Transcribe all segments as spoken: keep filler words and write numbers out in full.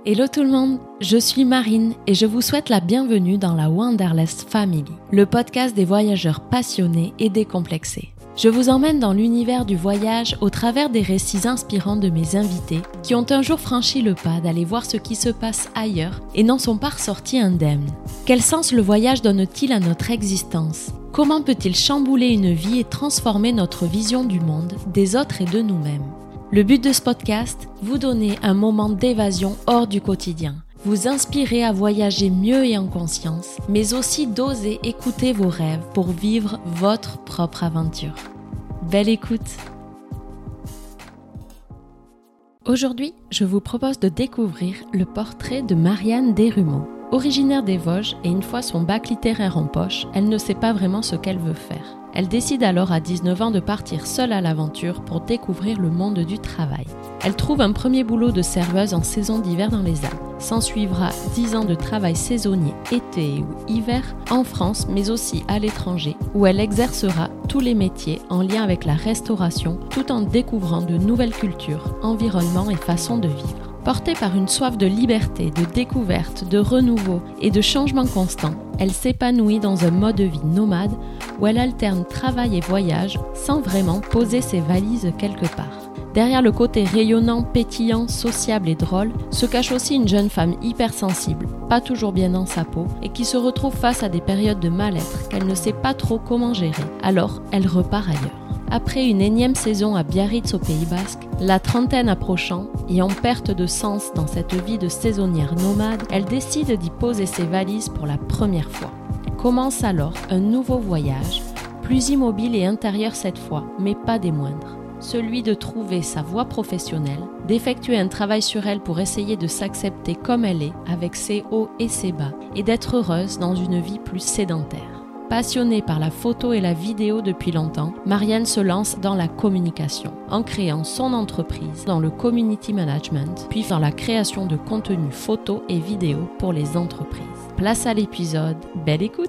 Hello tout le monde, je suis Marine et je vous souhaite la bienvenue dans la Wanderlust Family, le podcast des voyageurs passionnés et décomplexés. Je vous emmène dans l'univers du voyage au travers des récits inspirants de mes invités qui ont un jour franchi le pas d'aller voir ce qui se passe ailleurs et n'en sont pas ressortis indemnes. Quel sens le voyage donne-t-il à notre existence ? Comment peut-il chambouler une vie et transformer notre vision du monde, des autres et de nous-mêmes ? Le but de ce podcast, vous donner un moment d'évasion hors du quotidien, vous inspirer à voyager mieux et en conscience, mais aussi d'oser écouter vos rêves pour vivre votre propre aventure. Belle écoute! Aujourd'hui, je vous propose de découvrir le portrait de Marianne Desrumaux. Originaire des Vosges et une fois son bac littéraire en poche, elle ne sait pas vraiment ce qu'elle veut faire. Elle décide alors à dix-neuf ans de partir seule à l'aventure pour découvrir le monde du travail. Elle trouve un premier boulot de serveuse en saison d'hiver dans les Alpes. S'ensuivra dix ans de travail saisonnier été ou hiver en France mais aussi à l'étranger où elle exercera tous les métiers en lien avec la restauration tout en découvrant de nouvelles cultures, environnements et façons de vivre. Portée par une soif de liberté, de découverte, de renouveau et de changement constant, elle s'épanouit dans un mode de vie nomade où elle alterne travail et voyage sans vraiment poser ses valises quelque part. Derrière le côté rayonnant, pétillant, sociable et drôle, se cache aussi une jeune femme hypersensible, pas toujours bien dans sa peau et qui se retrouve face à des périodes de mal-être qu'elle ne sait pas trop comment gérer. Alors, elle repart ailleurs. Après une énième saison à Biarritz au Pays Basque, la trentaine approchant et en perte de sens dans cette vie de saisonnière nomade, elle décide d'y poser ses valises pour la première fois. Commence alors un nouveau voyage, plus immobile et intérieur cette fois, mais pas des moindres. Celui de trouver sa voie professionnelle, d'effectuer un travail sur elle pour essayer de s'accepter comme elle est, avec ses hauts et ses bas, et d'être heureuse dans une vie plus sédentaire. Passionnée par la photo et la vidéo depuis longtemps, Marianne se lance dans la communication, en créant son entreprise dans le community management, puis dans la création de contenus photos et vidéos pour les entreprises. Place à l'épisode, belle écoute!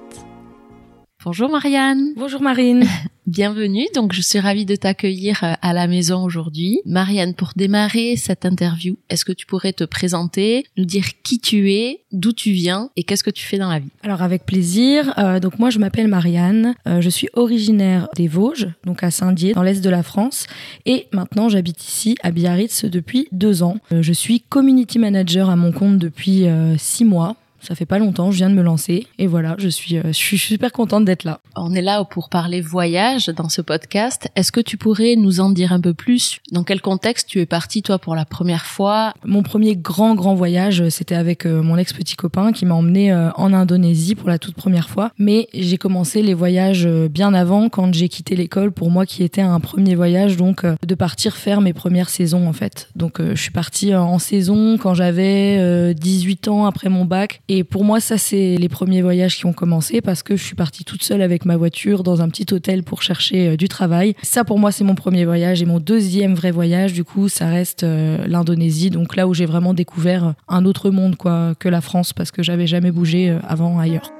Bonjour Marianne! Bonjour Marine! Bienvenue, donc je suis ravie de t'accueillir à la maison aujourd'hui. Marianne, pour démarrer cette interview, est-ce que tu pourrais te présenter, nous dire qui tu es, d'où tu viens et qu'est-ce que tu fais dans la vie? Alors avec plaisir, euh, donc moi je m'appelle Marianne, euh, je suis originaire des Vosges, donc à Saint-Dié, dans l'est de la France, et maintenant j'habite ici à Biarritz depuis deux ans. Euh, je suis community manager à mon compte depuis euh, six mois. Ça fait pas longtemps, je viens de me lancer et voilà, je suis, euh, je suis super contente d'être là. On est là pour parler voyage dans ce podcast. Est-ce que tu pourrais nous en dire un peu plus? Dans quel contexte tu es partie toi pour la première fois? Mon premier grand grand voyage, c'était avec euh, mon ex-petit copain qui m'a emmené euh, en Indonésie pour la toute première fois. Mais j'ai commencé les voyages euh, bien avant, quand j'ai quitté l'école, pour moi qui était un premier voyage, donc euh, de partir faire mes premières saisons en fait. Donc euh, je suis partie en saison quand j'avais euh, dix-huit ans après mon bac. Et pour moi, ça, c'est les premiers voyages qui ont commencé parce que je suis partie toute seule avec ma voiture dans un petit hôtel pour chercher euh, du travail. Ça, pour moi, c'est mon premier voyage. Et mon deuxième vrai voyage, du coup, ça reste euh, l'Indonésie. Donc là où j'ai vraiment découvert un autre monde quoi, que la France parce que j'avais jamais bougé euh, avant ailleurs.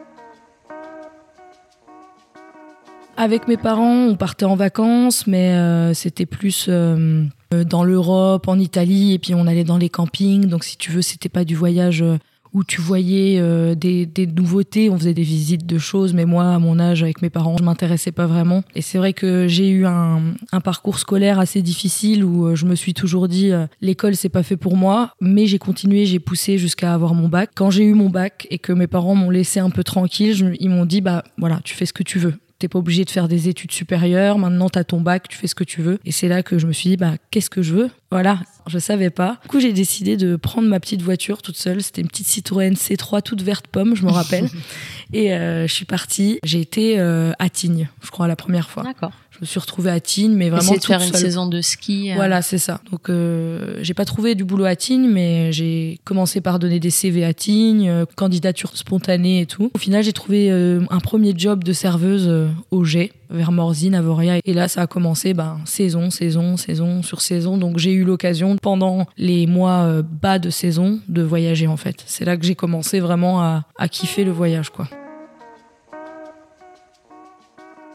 Avec mes parents, on partait en vacances, mais euh, c'était plus euh, dans l'Europe, en Italie, et puis on allait dans les campings. Donc si tu veux, c'était pas du voyage... Euh, où tu voyais euh, des, des nouveautés, on faisait des visites de choses, mais moi, à mon âge, avec mes parents, je m'intéressais pas vraiment. Et c'est vrai que j'ai eu un, un parcours scolaire assez difficile où euh, je me suis toujours dit euh, l'école, c'est pas fait pour moi, mais j'ai continué, j'ai poussé jusqu'à avoir mon bac. Quand j'ai eu mon bac et que mes parents m'ont laissé un peu tranquille, je, ils m'ont dit bah voilà, tu fais ce que tu veux. T'es pas obligé de faire des études supérieures, maintenant t'as ton bac, tu fais ce que tu veux. Et c'est là que je me suis dit, bah, qu'est-ce que je veux? Voilà, je savais pas. Du coup, j'ai décidé de prendre ma petite voiture toute seule. C'était une petite Citroën C trois toute verte pomme, je me rappelle. Et euh, je suis partie. J'ai été euh, à Tignes, je crois, la première fois. D'accord. Je me suis retrouvée à Tignes, mais vraiment Essayer de toute faire seule. Une saison de ski. Euh... Voilà, c'est ça. Donc, euh, j'ai pas trouvé du boulot à Tignes, mais j'ai commencé par donner des C V à Tignes, euh, candidature spontanée et tout. Au final, j'ai trouvé euh, un premier job de serveuse euh, au Jet, vers Morzine, à Voria. Et là, ça a commencé ben, saison, saison, saison sur saison. Donc, j'ai eu l'occasion, pendant les mois euh, bas de saison, de voyager, en fait. C'est là que j'ai commencé vraiment à, à kiffer le voyage, quoi.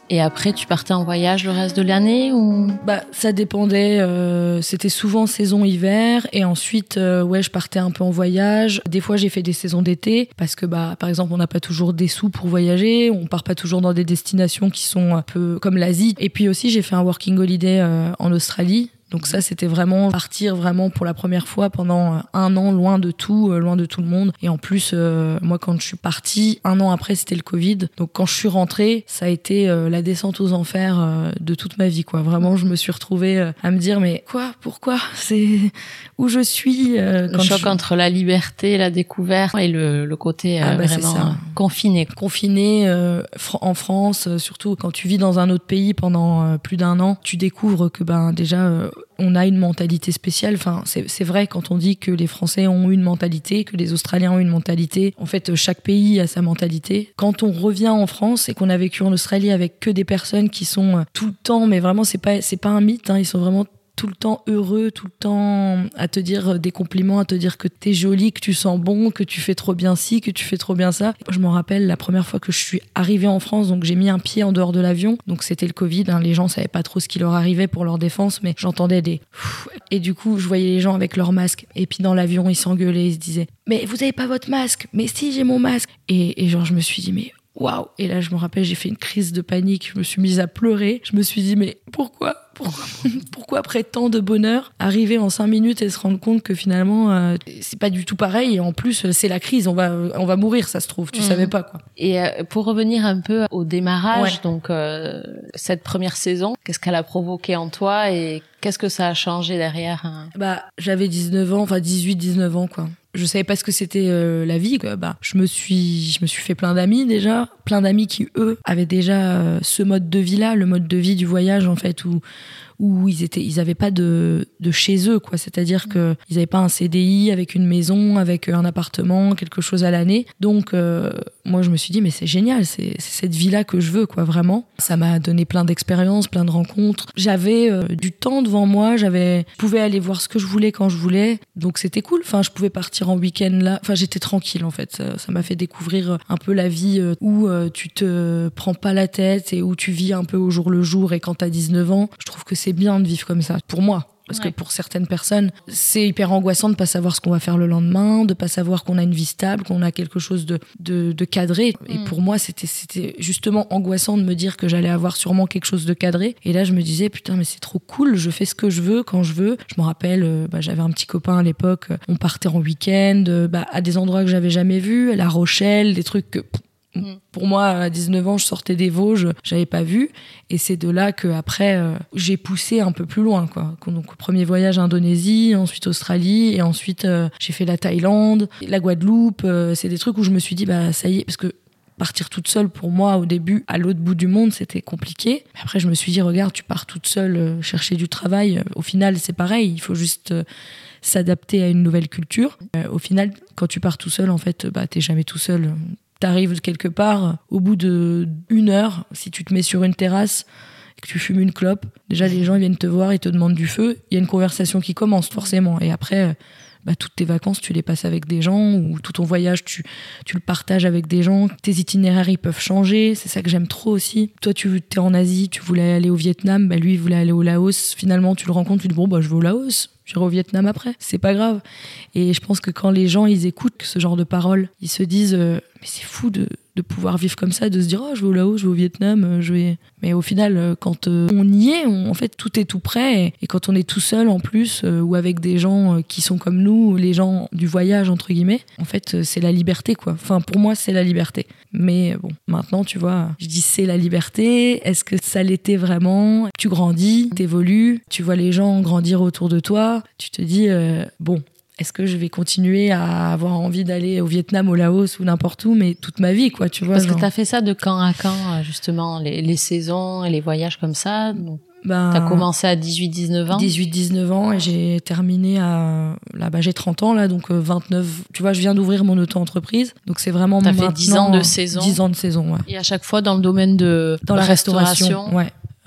Et après, tu partais en voyage le reste de l'année ou... Bah, ça dépendait. Euh, c'était souvent saison hiver et ensuite, euh, ouais, je partais un peu en voyage. Des fois, j'ai fait des saisons d'été parce que, bah, par exemple, on n'a pas toujours des sous pour voyager. On part pas toujours dans des destinations qui sont un peu comme l'Asie. Et puis aussi, j'ai fait un working holiday euh, en Australie. Donc ça, c'était vraiment partir vraiment pour la première fois pendant un an, loin de tout, loin de tout le monde. Et en plus, euh, moi, quand je suis partie, un an après, c'était le Covid. Donc quand je suis rentrée, ça a été euh, la descente aux enfers euh, de toute ma vie, quoi. Vraiment, je me suis retrouvée euh, à me dire, mais quoi, pourquoi, c'est où je suis euh, Le quand choc je... entre la liberté, la découverte et le, le côté euh, ah bah, vraiment confiné. Confiné euh, fr- en France, euh, surtout quand tu vis dans un autre pays pendant euh, plus d'un an, tu découvres que ben déjà... Euh, on a une mentalité spéciale. Enfin, c'est, c'est vrai quand on dit que les Français ont une mentalité, que les Australiens ont une mentalité. En fait, chaque pays a sa mentalité. Quand on revient en France et qu'on a vécu en Australie avec que des personnes qui sont tout le temps, mais vraiment, c'est pas, c'est pas un mythe, hein, ils sont vraiment tout le temps heureux, tout le temps à te dire des compliments, à te dire que t'es jolie, que tu sens bon, que tu fais trop bien ci, que tu fais trop bien ça. Je m'en rappelle la première fois que je suis arrivée en France, donc j'ai mis un pied en dehors de l'avion, donc c'était le Covid, hein, les gens savaient pas trop ce qui leur arrivait pour leur défense, mais j'entendais des... Et du coup, je voyais les gens avec leur masque, et puis dans l'avion, ils s'engueulaient, ils se disaient « Mais vous avez pas votre masque ?»« Mais si, j'ai mon masque !» et, et genre, je me suis dit « Mais... » Waouh! Et là, je me rappelle, j'ai fait une crise de panique. Je me suis mise à pleurer. Je me suis dit, mais pourquoi? Pourquoi, pourquoi après tant de bonheur, arriver en cinq minutes et se rendre compte que finalement, euh, c'est pas du tout pareil. Et en plus, c'est la crise. On va, on va mourir, ça se trouve. Tu mmh. savais pas, quoi. Et euh, pour revenir un peu au démarrage, ouais. donc euh, cette première saison, qu'est-ce qu'elle a provoqué en toi et qu'est-ce que ça a changé derrière? Hein? Bah, j'avais dix-neuf ans, enfin dix-huit, dix-neuf ans, quoi. Je savais pas ce que c'était euh, la vie, quoi. Bah, je me suis, je me suis fait plein d'amis déjà, plein d'amis qui eux avaient déjà euh, ce mode de vie-là, le mode de vie du voyage en fait, où où ils étaient, ils avaient pas de de chez eux, quoi. C'est-à-dire que ils avaient pas un C D I avec une maison, avec un appartement, quelque chose à l'année. Donc euh, moi je me suis dit mais c'est génial, c'est, c'est cette vie-là que je veux, quoi, vraiment. Ça m'a donné plein d'expériences, plein de rencontres. J'avais euh, du temps devant moi, j'avais, je pouvais aller voir ce que je voulais quand je voulais, donc c'était cool. Enfin, je pouvais partir en week-end là. Enfin, j'étais tranquille en fait. Ça, ça m'a fait découvrir un peu la vie euh, où euh, tu te prends pas la tête et où tu vis un peu au jour le jour. Et quand t'as dix-neuf ans, je trouve que c'est bien de vivre comme ça, pour moi. Parce ouais. que pour certaines personnes, c'est hyper angoissant de pas savoir ce qu'on va faire le lendemain, de pas savoir qu'on a une vie stable, qu'on a quelque chose de, de, de cadré. Et mm. pour moi, c'était, c'était justement angoissant de me dire que j'allais avoir sûrement quelque chose de cadré. Et là, je me disais, putain, mais c'est trop cool, je fais ce que je veux, quand je veux. Je me rappelle, euh, bah, j'avais un petit copain à l'époque, on partait en week-end, euh, bah, à des endroits que j'avais jamais vus, à La Rochelle, des trucs que... Pour moi, à dix-neuf ans, je sortais des Vosges, j'avais pas vu. Et c'est de là que après, euh, j'ai poussé un peu plus loin, quoi. Donc, premier voyage Indonésie, ensuite Australie, et ensuite, euh, j'ai fait la Thaïlande, la Guadeloupe. Euh, c'est des trucs où je me suis dit, bah, ça y est, parce que partir toute seule, pour moi, au début, à l'autre bout du monde, c'était compliqué. Mais après, je me suis dit, regarde, tu pars toute seule euh, chercher du travail. Au final, c'est pareil. Il faut juste euh, s'adapter à une nouvelle culture. Euh, au final, quand tu pars tout seul, en fait, bah, t'es jamais tout seul. T'arrives quelque part, au bout de une heure, si tu te mets sur une terrasse et que tu fumes une clope, déjà les gens ils viennent te voir, ils te demandent du feu, il y a une conversation qui commence forcément. Et après, bah, toutes tes vacances, tu les passes avec des gens, ou tout ton voyage, tu, tu le partages avec des gens. Tes itinéraires, ils peuvent changer, c'est ça que j'aime trop aussi. Toi, tu es en Asie, tu voulais aller au Vietnam, bah, lui, il voulait aller au Laos. Finalement, tu le rencontres, tu dis, bon, bah, je vais au Laos. J'irai au Vietnam après, c'est pas grave. Et je pense que quand les gens ils écoutent ce genre de paroles, ils se disent euh, mais c'est fou de, de pouvoir vivre comme ça, de se dire oh je vais au Laos, je vais au Vietnam, je vais. Mais au final, quand euh, on y est, on, en fait tout est tout prêt. Et, et quand on est tout seul en plus, euh, ou avec des gens euh, qui sont comme nous, les gens du voyage entre guillemets, en fait euh, c'est la liberté, quoi. Enfin pour moi c'est la liberté. Mais bon, maintenant tu vois, je dis c'est la liberté. Est-ce que ça l'était vraiment? Tu grandis, t'évolues, tu vois les gens grandir autour de toi. Tu te dis, euh, bon, est-ce que je vais continuer à avoir envie d'aller au Vietnam, au Laos ou n'importe où, mais toute ma vie, quoi, tu vois. Parce genre... que t'as fait ça de camp à camp, justement, les, les saisons et les voyages comme ça. Donc, ben, t'as commencé à dix-huit dix-neuf ans dix-huit dix-neuf ans et j'ai terminé à... Là, bah, j'ai trente ans, là, donc vingt-neuf... Tu vois, je viens d'ouvrir mon auto-entreprise, donc c'est vraiment t'as maintenant... fait dix ans de saison. dix ans de saison, ouais. Et à chaque fois dans le domaine de dans la, la restauration, restauration. Ouais.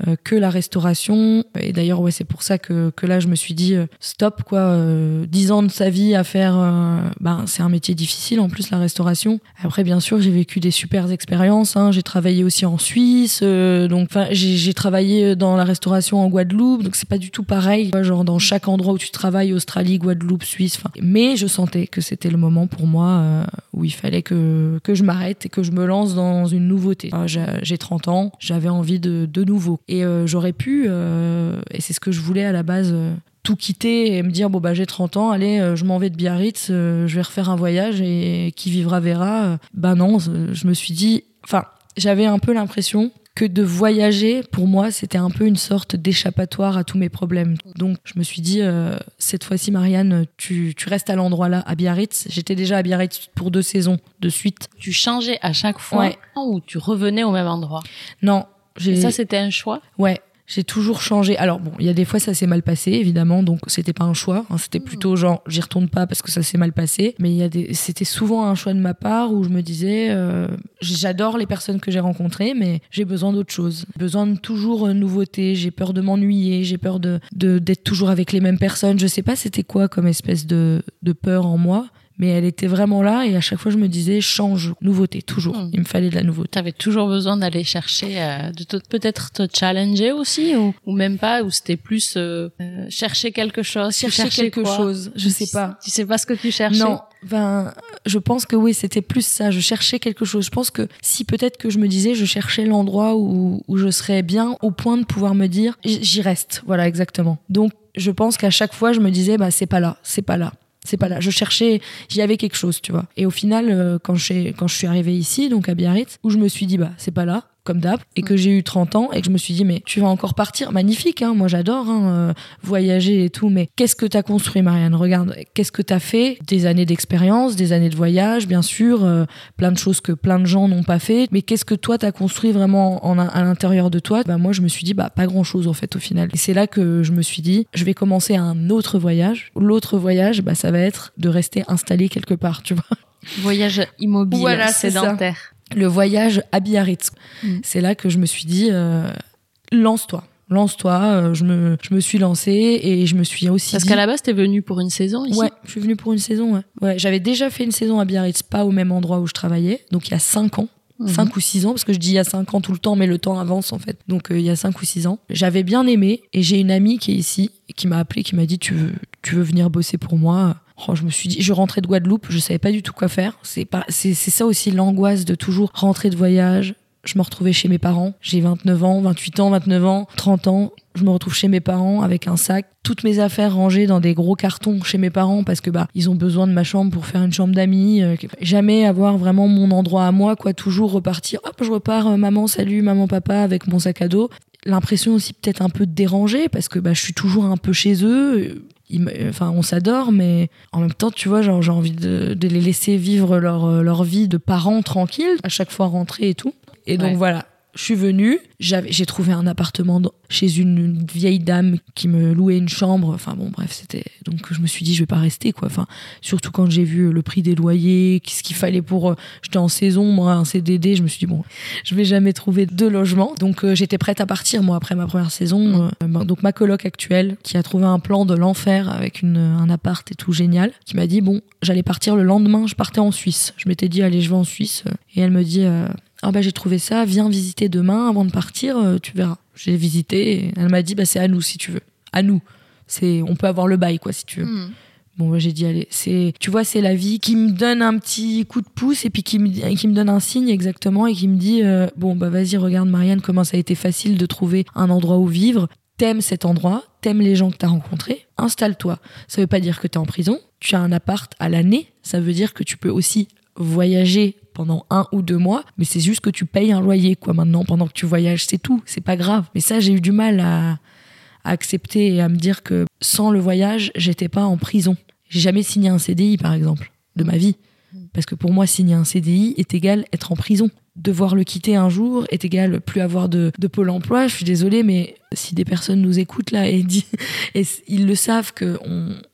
euh, que la restauration. Et d'ailleurs, ouais, c'est pour ça que, que là, je me suis dit, euh, stop, quoi. Euh, dix ans de sa vie à faire, euh, ben, c'est un métier difficile, en plus, la restauration. Après, bien sûr, j'ai vécu des super expériences. Hein. J'ai travaillé aussi en Suisse. Euh, donc, enfin, j'ai, j'ai travaillé dans la restauration en Guadeloupe. Donc, c'est pas du tout pareil. Quoi, genre, dans chaque endroit où tu travailles, Australie, Guadeloupe, Suisse. Mais je sentais que c'était le moment pour moi euh, où il fallait que, que je m'arrête et que je me lance dans une nouveauté. Enfin, j'ai, j'ai trente ans, j'avais envie de, de nouveau. Et euh, j'aurais pu, euh, et c'est ce que je voulais à la base, euh, tout quitter et me dire, bon, bah, j'ai trente ans, allez, euh, je m'en vais de Biarritz, euh, je vais refaire un voyage et qui vivra verra. Euh, bah non, je me suis dit, enfin, j'avais un peu l'impression que de voyager, pour moi, c'était un peu une sorte d'échappatoire à tous mes problèmes. Donc, je me suis dit, euh, cette fois-ci, Marianne, tu, tu restes à l'endroit là, à Biarritz. J'étais déjà à Biarritz pour deux saisons de suite. Tu changeais à chaque fois ouais. ou tu revenais au même endroit? Non. J'ai... Et ça, c'était un choix? Ouais. J'ai toujours changé. Alors bon, il y a des fois ça s'est mal passé évidemment, donc c'était pas un choix. Hein, c'était plutôt genre j'y retourne pas parce que ça s'est mal passé. Mais il y a des, c'était souvent un choix de ma part où je me disais, euh, j'adore les personnes que j'ai rencontrées, mais j'ai besoin d'autre chose. J'ai besoin de toujours euh, nouveauté. J'ai peur de m'ennuyer. J'ai peur de, de d'être toujours avec les mêmes personnes. Je sais pas c'était quoi comme espèce de de peur en moi. Mais elle était vraiment là et à chaque fois je me disais change, nouveauté, toujours. Mmh. Il me fallait de la nouveauté. T'avais toujours besoin d'aller chercher, euh, de te, peut-être te challenger aussi ou, ou même pas, ou c'était plus euh, euh, chercher quelque chose. Chercher quelque quoi chose, je sais pas. Tu sais pas ce que tu cherchais? Non, ben je pense que oui, c'était plus ça. Je cherchais quelque chose. Je pense que si peut-être que je me disais, je cherchais l'endroit où où je serais bien au point de pouvoir me dire j'y reste. Voilà exactement. Donc je pense qu'à chaque fois je me disais bah c'est pas là, c'est pas là. C'est pas là. Je cherchais, il y avait quelque chose, tu vois. Et au final, euh, quand je quand je suis arrivée ici, donc à Biarritz, où je me suis dit bah c'est pas là, comme d'hab, et que j'ai eu trente ans et que je me suis dit mais tu vas encore partir, magnifique, hein, moi j'adore hein, euh, voyager et tout, mais qu'est-ce que t'as construit, Marianne? Regarde, qu'est-ce que t'as fait? Des années d'expérience, des années de voyage, bien sûr, euh, plein de choses que plein de gens n'ont pas fait, mais qu'est-ce que toi t'as construit vraiment en, à l'intérieur de toi? Bah moi je me suis dit bah pas grand-chose en fait au final. Et c'est là que je me suis dit je vais commencer un autre voyage. L'autre voyage, bah ça va être de rester installé quelque part, tu vois. Voyage immobile, voilà, sédentaire. Le voyage à Biarritz. Mmh. C'est là que je me suis dit, euh, lance-toi. Lance-toi, euh, je me, je me suis lancée et je me suis aussi Parce dit... qu'à la base, t'es venue pour une saison ici? Ouais, je suis venue pour une saison, ouais. ouais. J'avais déjà fait une saison à Biarritz, pas au même endroit où je travaillais, donc il y a cinq ans. Mmh. cinq ou six ans, parce que je dis il y a cinq ans tout le temps, mais le temps avance en fait. Donc euh, il y a cinq ou six ans. J'avais bien aimé et j'ai une amie qui est ici, qui m'a appelée, qui m'a dit tu veux, tu veux venir bosser pour moi? Oh, je me suis dit, je rentrais de Guadeloupe, je savais pas du tout quoi faire. C'est pas, c'est, c'est ça aussi l'angoisse de toujours rentrer de voyage. Je me retrouvais chez mes parents. J'ai vingt-neuf ans, vingt-huit ans, vingt-neuf ans, trente ans. Je me retrouve chez mes parents avec un sac, toutes mes affaires rangées dans des gros cartons chez mes parents parce que bah ils ont besoin de ma chambre pour faire une chambre d'amis. Euh, jamais avoir vraiment mon endroit à moi, quoi. Toujours repartir. Hop, je repars. Euh, maman, salut, maman, papa, avec mon sac à dos. L'impression aussi peut-être un peu dérangée parce que bah je suis toujours un peu chez eux. Enfin, on s'adore, mais en même temps, tu vois, genre, j'ai envie de, de les laisser vivre leur, leur vie de parents tranquilles, à chaque fois rentrer et tout. Et donc, ouais. Voilà, je suis venue, j'avais, j'ai trouvé un appartement chez une, une vieille dame qui me louait une chambre. Enfin bon, bref, c'était... Donc je me suis dit, je vais pas rester, quoi. Enfin, surtout quand j'ai vu le prix des loyers, qu'est-ce qu'il fallait pour... J'étais en saison, moi, un C D D, je me suis dit, bon, je vais jamais trouver de logement. Donc euh, j'étais prête à partir, moi, après ma première saison. Mmh. Euh, donc ma coloc actuelle, qui a trouvé un plan de l'enfer avec une, un appart et tout génial, qui m'a dit, bon, j'allais partir le lendemain, je partais en Suisse. Je m'étais dit, allez, je vais en Suisse. Et elle me dit... Euh, ah bah j'ai trouvé ça, viens visiter demain avant de partir, euh, tu verras. J'ai visité et elle m'a dit bah c'est à nous si tu veux. À nous. C'est on peut avoir le bail quoi si tu veux. Mm. Bon bah j'ai dit allez, c'est tu vois c'est la vie qui me donne un petit coup de pouce et puis qui me qui me donne un signe exactement et qui me dit euh, bon bah vas-y regarde Marianne comment ça a été facile de trouver un endroit où vivre. T'aimes cet endroit, t'aimes les gens que t'as rencontrés, installe-toi. Ça veut pas dire que t'es en prison, tu as un appart à l'année, ça veut dire que tu peux aussi voyager pendant un ou deux mois, mais c'est juste que tu payes un loyer, quoi, maintenant, pendant que tu voyages, c'est tout, c'est pas grave. Mais ça, j'ai eu du mal à, à accepter et à me dire que sans le voyage, j'étais pas en prison. J'ai jamais signé un C D I, par exemple, de ma vie. Parce que pour moi, signer un C D I est égal être en prison. Devoir le quitter un jour est égal plus avoir de, de Pôle emploi. Je suis désolée, mais si des personnes nous écoutent là et, dit, et ils le savent qu'on on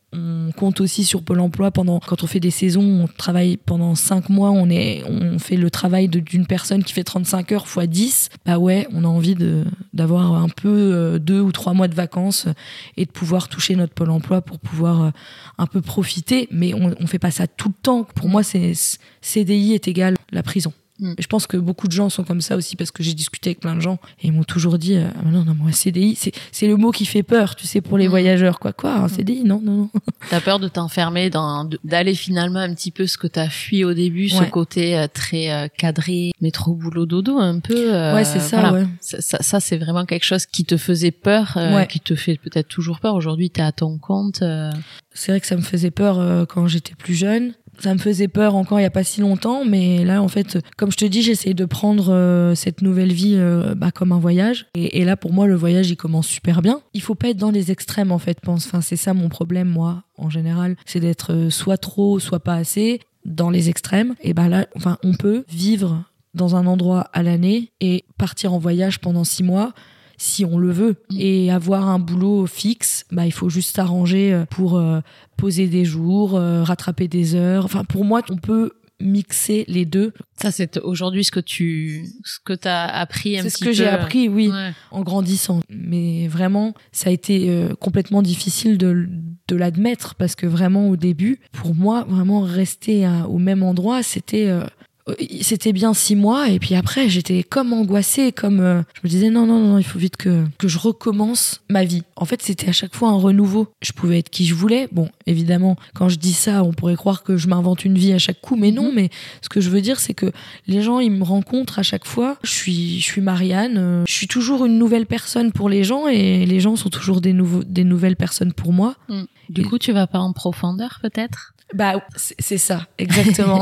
on compte aussi sur Pôle emploi pendant, quand on fait des saisons, on travaille pendant cinq mois, on, est, on fait le travail de, d'une personne qui fait trente-cinq heures fois dix. Bah ouais, on a envie de, d'avoir un peu euh, deux ou trois mois de vacances et de pouvoir toucher notre Pôle emploi pour pouvoir euh, un peu profiter. Mais on ne fait pas ça tout le temps. Pour moi, c'est, C D I est égal la prison. Mm. Je pense que beaucoup de gens sont comme ça aussi parce que j'ai discuté avec plein de gens et ils m'ont toujours dit euh, ah non non moi C D I c'est c'est le mot qui fait peur, tu sais, pour les mm. voyageurs quoi quoi un mm. C D I non non non. T'as peur de t'enfermer dans d'aller finalement un petit peu ce que t'as fui au début, ouais. ce côté euh, très euh, cadré, métro boulot dodo un peu. Euh, ouais c'est ça voilà. ouais. Ça, ça, ça c'est vraiment quelque chose qui te faisait peur, euh, ouais. qui te fait peut-être toujours peur. Aujourd'hui t'es à ton compte. Euh... C'est vrai que ça me faisait peur euh, quand j'étais plus jeune. Ça me faisait peur encore il y a pas si longtemps, mais là en fait, comme je te dis, j'essaye de prendre euh, cette nouvelle vie euh, bah, comme un voyage. Et, et là pour moi le voyage il commence super bien. Il faut pas être dans les extrêmes en fait. Pense, enfin c'est ça mon problème moi en général, c'est d'être euh, soit trop, soit pas assez dans les extrêmes. Et bah là, enfin on peut vivre dans un endroit à l'année et partir en voyage pendant six mois. Si on le veut, et avoir un boulot fixe, bah il faut juste s'arranger pour euh, poser des jours, euh, rattraper des heures. Enfin, pour moi, on peut mixer les deux. Ça, c'est aujourd'hui ce que tu, ce que t'as appris un c'est petit peu. C'est ce que peu... j'ai appris, oui, ouais. en grandissant. Mais vraiment, ça a été euh, complètement difficile de, de l'admettre parce que vraiment au début, pour moi, vraiment rester à, au même endroit, c'était euh, c'était bien six mois et puis après j'étais comme angoissée, comme euh, je me disais non non non il faut vite que que je recommence ma vie. En fait c'était à chaque fois un renouveau. Je pouvais être qui je voulais. Bon évidemment quand je dis ça on pourrait croire que je m'invente une vie à chaque coup, mais non. Mais ce que je veux dire c'est que les gens ils me rencontrent à chaque fois. Je suis je suis Marianne. Euh, je suis toujours une nouvelle personne pour les gens et les gens sont toujours des nouveaux des nouvelles personnes pour moi. Mmh. Du et... coup tu vas pas en profondeur peut-être? Bah c'est, c'est ça exactement.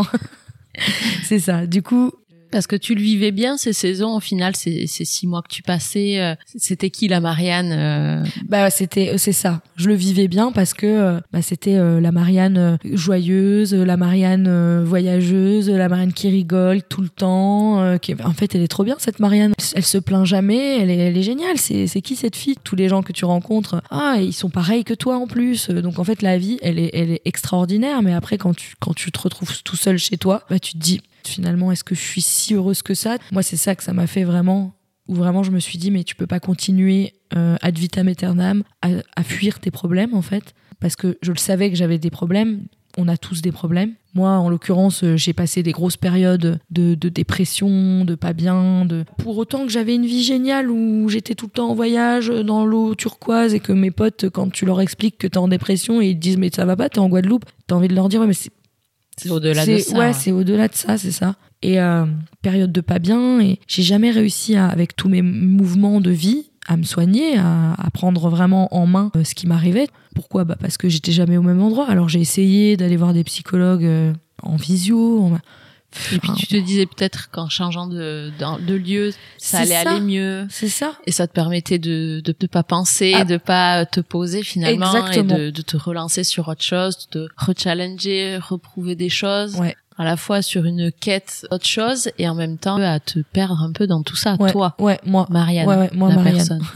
C'est ça. Du coup, parce que tu le vivais bien ces saisons. Au final, ces, ces six mois que tu passais, euh, c'était qui la Marianne euh... Bah c'était, c'est ça. Je le vivais bien parce que euh, bah, c'était euh, la Marianne euh, joyeuse, la Marianne euh, voyageuse, la Marianne qui rigole tout le temps. Euh, qui... En fait, elle est trop bien cette Marianne. Elle se plaint jamais. Elle est, elle est géniale. C'est, c'est qui cette fille? Tous les gens que tu rencontres, ah, ils sont pareils que toi en plus. Donc en fait, la vie, elle est, elle est extraordinaire. Mais après, quand tu, quand tu te retrouves tout seul chez toi, bah tu te dis. Finalement, est-ce que je suis si heureuse que ça? Moi, c'est ça que ça m'a fait vraiment, où vraiment je me suis dit, mais tu peux pas continuer euh, ad vitam aeternam à, à fuir tes problèmes, en fait. Parce que je le savais que j'avais des problèmes. On a tous des problèmes. Moi, en l'occurrence, j'ai passé des grosses périodes de, de dépression, de pas bien. De... Pour autant que j'avais une vie géniale où j'étais tout le temps en voyage dans l'eau turquoise et que mes potes, quand tu leur expliques que t'es en dépression et ils te disent, mais ça va pas, t'es en Guadeloupe, t'as envie de leur dire, ouais, mais c'est C'est au-delà c'est, de ça. Ouais, c'est au-delà de ça, c'est ça. Et euh, période de pas bien, et j'ai jamais réussi, à, avec tous mes mouvements de vie, à me soigner, à, à prendre vraiment en main euh, ce qui m'arrivait. Pourquoi? Bah parce que j'étais jamais au même endroit. Alors j'ai essayé d'aller voir des psychologues euh, en visio. En... Et puis tu te disais peut-être qu'en changeant de, de, de lieu, ça c'est allait ça. aller mieux. C'est ça. Et ça te permettait de de, de pas penser, ah. de pas te poser finalement. Exactement. Et de, de te relancer sur autre chose, de te rechallenger, reprouver des choses. Ouais. À la fois sur une quête autre chose et en même temps à te perdre un peu dans tout ça. Ouais. Toi, ouais, moi, Marianne, ouais, ouais, moi, la Marianne. personne.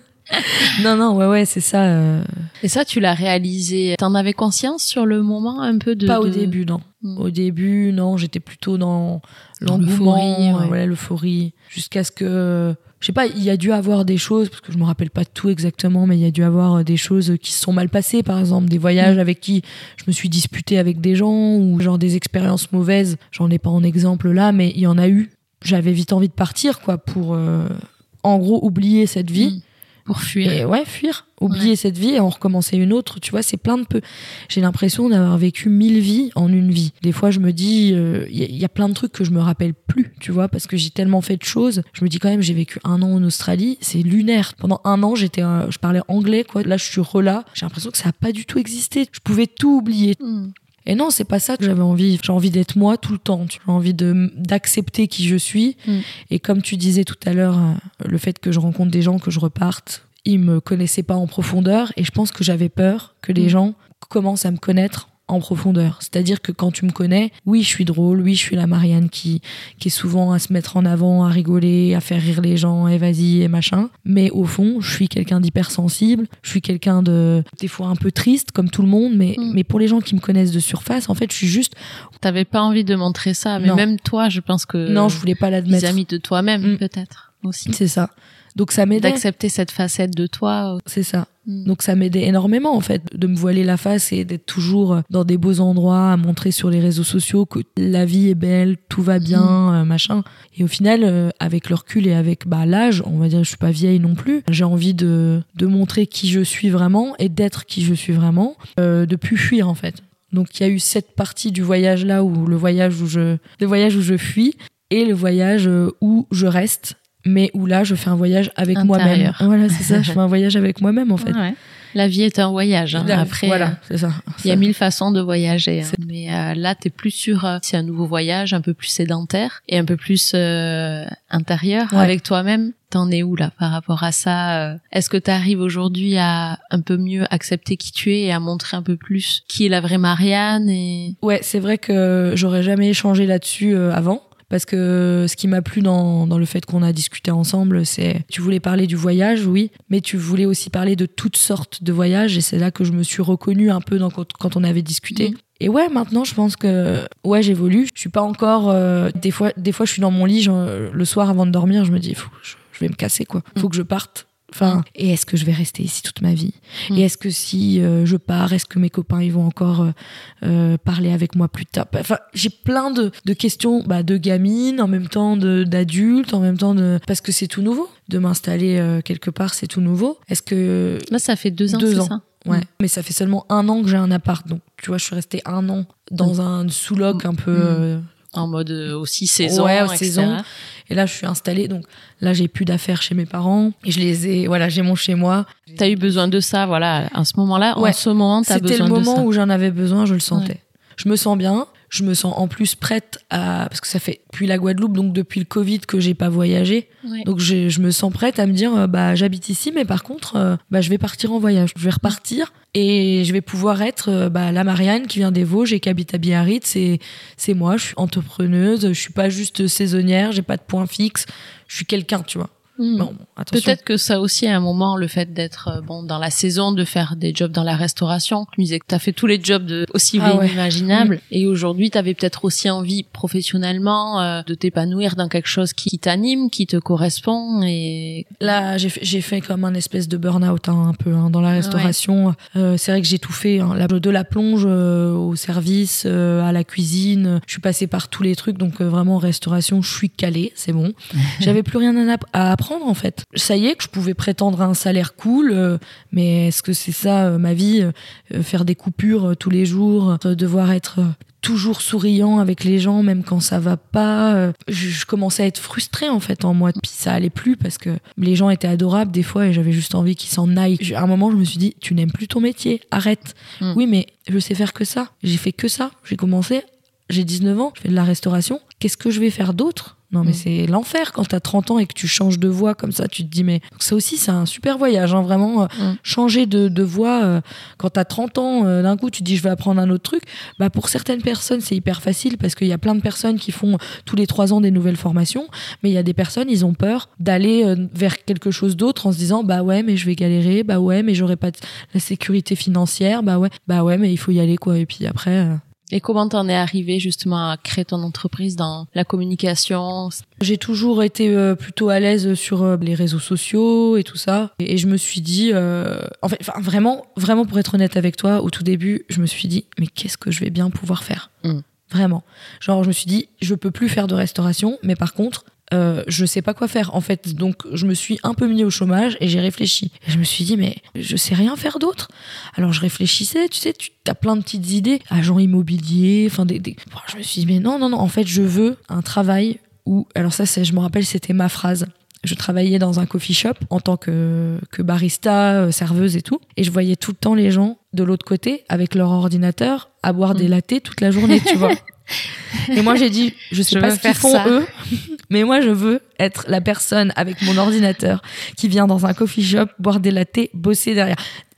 non, non, ouais, ouais, c'est ça. Euh... Et ça, tu l'as réalisé. T'en avais conscience sur le moment un peu de... Pas de... au début, non. Mm. Au début, non, j'étais plutôt dans, dans l'engouement, l'euphorie, ouais. voilà, l'euphorie. Jusqu'à ce que... Je sais pas, il y a dû avoir des choses, parce que je me rappelle pas tout exactement, mais il y a dû avoir des choses qui se sont mal passées, par exemple, des voyages mmh. avec qui je me suis disputée avec des gens, ou genre des expériences mauvaises. J'en ai pas en exemple là, mais il y en a eu. J'avais vite envie de partir, quoi, pour, euh, en gros, oublier cette vie. Mmh. Pour fuir. Et ouais, fuir. Oublier ouais. cette vie et en recommencer une autre. Tu vois, c'est plein de peu. J'ai l'impression d'avoir vécu mille vies en une vie. Des fois, je me dis, il euh, y, y a plein de trucs que je me rappelle plus, tu vois, parce que j'ai tellement fait de choses. Je me dis quand même, j'ai vécu un an en Australie. C'est lunaire. Pendant un an, j'étais, euh, je parlais anglais, quoi. Là, je suis relâ. J'ai l'impression que ça a pas du tout existé. Je pouvais tout oublier. Mm. Et non, c'est pas ça que j'avais envie. J'ai envie d'être moi tout le temps. J'ai envie de, d'accepter qui je suis. Mm. Et comme tu disais tout à l'heure, le fait que je rencontre des gens, que je reparte, ils me connaissaient pas en profondeur. Et je pense que j'avais peur que les mm. gens commencent à me connaître en profondeur. C'est-à-dire que quand tu me connais, oui, je suis drôle, oui, je suis la Marianne qui, qui est souvent à se mettre en avant, à rigoler, à faire rire les gens, et vas-y, et machin. Mais au fond, je suis quelqu'un d'hypersensible, je suis quelqu'un de, des fois un peu triste, comme tout le monde, mais, mm. mais pour les gens qui me connaissent de surface, en fait, je suis juste... T'avais pas envie de montrer ça, mais non. même toi, je pense que... Non, je voulais pas l'admettre. Vis-à-vis de toi-même, mm. peut-être, aussi. C'est ça. Donc ça m'aidait. D'accepter cette facette de toi. C'est ça. Donc ça m'aidait énormément en fait de me voiler la face et d'être toujours dans des beaux endroits, à montrer sur les réseaux sociaux que la vie est belle, tout va bien, mmh. euh, machin. Et au final, euh, avec le recul et avec bah, l'âge, on va dire que je suis pas vieille non plus, j'ai envie de, de montrer qui je suis vraiment et d'être qui je suis vraiment, euh, de plus fuir en fait. Donc il y a eu cette partie du voyage là où le voyage où je, le voyage où je fuis et le voyage où je reste. Mais où là, je fais un voyage avec intérieur. Moi-même. Voilà, c'est ça, je fais un voyage avec moi-même, en fait. Ouais. La vie est un voyage. Hein. Là, Après, voilà, c'est ça. Il y a mille façons de voyager. Hein. Mais euh, là, t'es plus sur... Euh, c'est un nouveau voyage, un peu plus sédentaire et un peu plus euh, intérieur, ouais. avec toi-même. T'en es où, là, par rapport à ça? Est-ce que t'arrives aujourd'hui à un peu mieux accepter qui tu es et à montrer un peu plus qui est la vraie Marianne et... Ouais, c'est vrai que j'aurais jamais échangé là-dessus euh, avant. Parce que ce qui m'a plu dans, dans le fait qu'on a discuté ensemble, c'est tu voulais parler du voyage, oui, mais tu voulais aussi parler de toutes sortes de voyages et c'est là que je me suis reconnue un peu dans, quand, quand on avait discuté. Mmh. Et ouais, maintenant, je pense que ouais, j'évolue. Je suis pas encore... Euh, des fois, des fois, je suis dans mon lit, genre, le soir avant de dormir, je me dis, faut, je, je vais me casser, quoi. Faut mmh. que je parte. Enfin, mmh. et est-ce que je vais rester ici toute ma vie? mmh. Et est-ce que si euh, je pars, est-ce que mes copains ils vont encore euh, euh, parler avec moi plus tard? Enfin, j'ai plein de, de questions bah, de gamine, en même temps de, d'adulte, en même temps de... Parce que c'est tout nouveau. De m'installer euh, quelque part, c'est tout nouveau. Est-ce que... Là, ça fait deux ans, deux c'est ans. ça? Ouais, mmh. mais ça fait seulement un an que j'ai un appart. Donc, tu vois, je suis restée un an dans mmh. un sous-loc un peu... mmh. Euh, en mode aussi saison, ouais, et cetera. saison. Et là, je suis installée, donc là, j'ai plus d'affaires chez mes parents. Et je les ai, voilà, j'ai mon chez moi. T'as eu besoin de ça, voilà, à ce moment-là, ouais. en ce moment, t'as besoin de ça. C'était le moment où j'en avais besoin, je le sentais. Ouais. Je me sens bien. Je me sens en plus prête à... Parce que ça fait depuis la Guadeloupe, donc depuis le Covid, que j'ai pas voyagé. Ouais. Donc je, je me sens prête à me dire, euh, bah j'habite ici, mais par contre, euh, bah je vais partir en voyage. Je vais repartir et je vais pouvoir être euh, bah, la Marianne qui vient des Vosges et qui habite à Biarritz. C'est, c'est moi, je suis entrepreneuse, je suis pas juste saisonnière, j'ai pas de point fixe. Je suis quelqu'un, tu vois. Mmh. Bon, attention. Peut-être que ça aussi à un moment, le fait d'être euh, bon dans la saison, de faire des jobs dans la restauration. Tu me disais que t'as fait tous les jobs de aussi ah ouais. inimaginables. Mmh. Et aujourd'hui, t'avais peut-être aussi envie professionnellement euh, de t'épanouir dans quelque chose qui, qui t'anime, qui te correspond. Et là, j'ai fait, j'ai fait comme un espèce de burn-out hein, un peu hein, dans la restauration. Ouais. Euh, c'est vrai que j'ai tout fait, hein, de la plonge euh, au service, euh, à la cuisine. Je suis passée par tous les trucs, donc euh, vraiment restauration, je suis calée, c'est bon. J'avais plus rien à, à apprendre. En fait, ça y est, que je pouvais prétendre à un salaire cool, euh, mais est-ce que c'est ça euh, ma vie, euh, faire des coupures euh, tous les jours, euh, devoir être euh, toujours souriant avec les gens, même quand ça va pas. Euh, je, je commençais à être frustrée en fait en moi, puis ça allait plus parce que les gens étaient adorables des fois et j'avais juste envie qu'ils s'en aillent. À un moment, je me suis dit, tu n'aimes plus ton métier, arrête. Mm. Oui, mais je sais faire que ça. J'ai fait que ça. J'ai commencé, j'ai dix-neuf ans, je fais de la restauration. Qu'est-ce que je vais faire d'autre ? Non, mais mmh. c'est l'enfer quand t'as trente ans et que tu changes de voix comme ça, tu te dis, mais donc ça aussi, c'est un super voyage, hein, vraiment. Euh, mmh. Changer de, de voix, euh, quand t'as trente ans, euh, d'un coup, tu te dis, je vais apprendre un autre truc. Bah, pour certaines personnes, c'est hyper facile parce qu'il y a plein de personnes qui font tous les trois ans des nouvelles formations, mais il y a des personnes, ils ont peur d'aller euh, vers quelque chose d'autre en se disant, bah ouais, mais je vais galérer, bah ouais, mais j'aurai pas de... la sécurité financière, bah ouais, bah ouais, mais il faut y aller, quoi. Et puis après. Euh... Et comment t'en es arrivé justement à créer ton entreprise dans la communication? J'ai toujours été euh, plutôt à l'aise sur euh, les réseaux sociaux et tout ça. Et, et je me suis dit, euh, en fait, enfin, vraiment, vraiment pour être honnête avec toi, au tout début, je me suis dit, mais qu'est-ce que je vais bien pouvoir faire? mmh. Vraiment. Genre, je me suis dit, je peux plus faire de restauration, mais par contre, Euh, je sais pas quoi faire en fait, donc je me suis un peu mis au chômage et j'ai réfléchi et je me suis dit mais je sais rien faire d'autre. Alors je réfléchissais, tu sais, tu as plein de petites idées, agent immobilier, enfin des, des... je me suis dit mais non non non, en fait je veux un travail où, alors ça c'est, je me rappelle, c'était ma phrase. Je travaillais dans un coffee shop en tant que, que barista, serveuse et tout. Et je voyais tout le temps les gens de l'autre côté avec leur ordinateur à boire mmh. des lattés toute la journée, tu vois. Et moi j'ai dit, je sais je pas ce qu'ils font ça. Eux, mais moi je veux être la personne avec mon ordinateur qui vient dans un coffee shop boire des lattés, bosser derrière.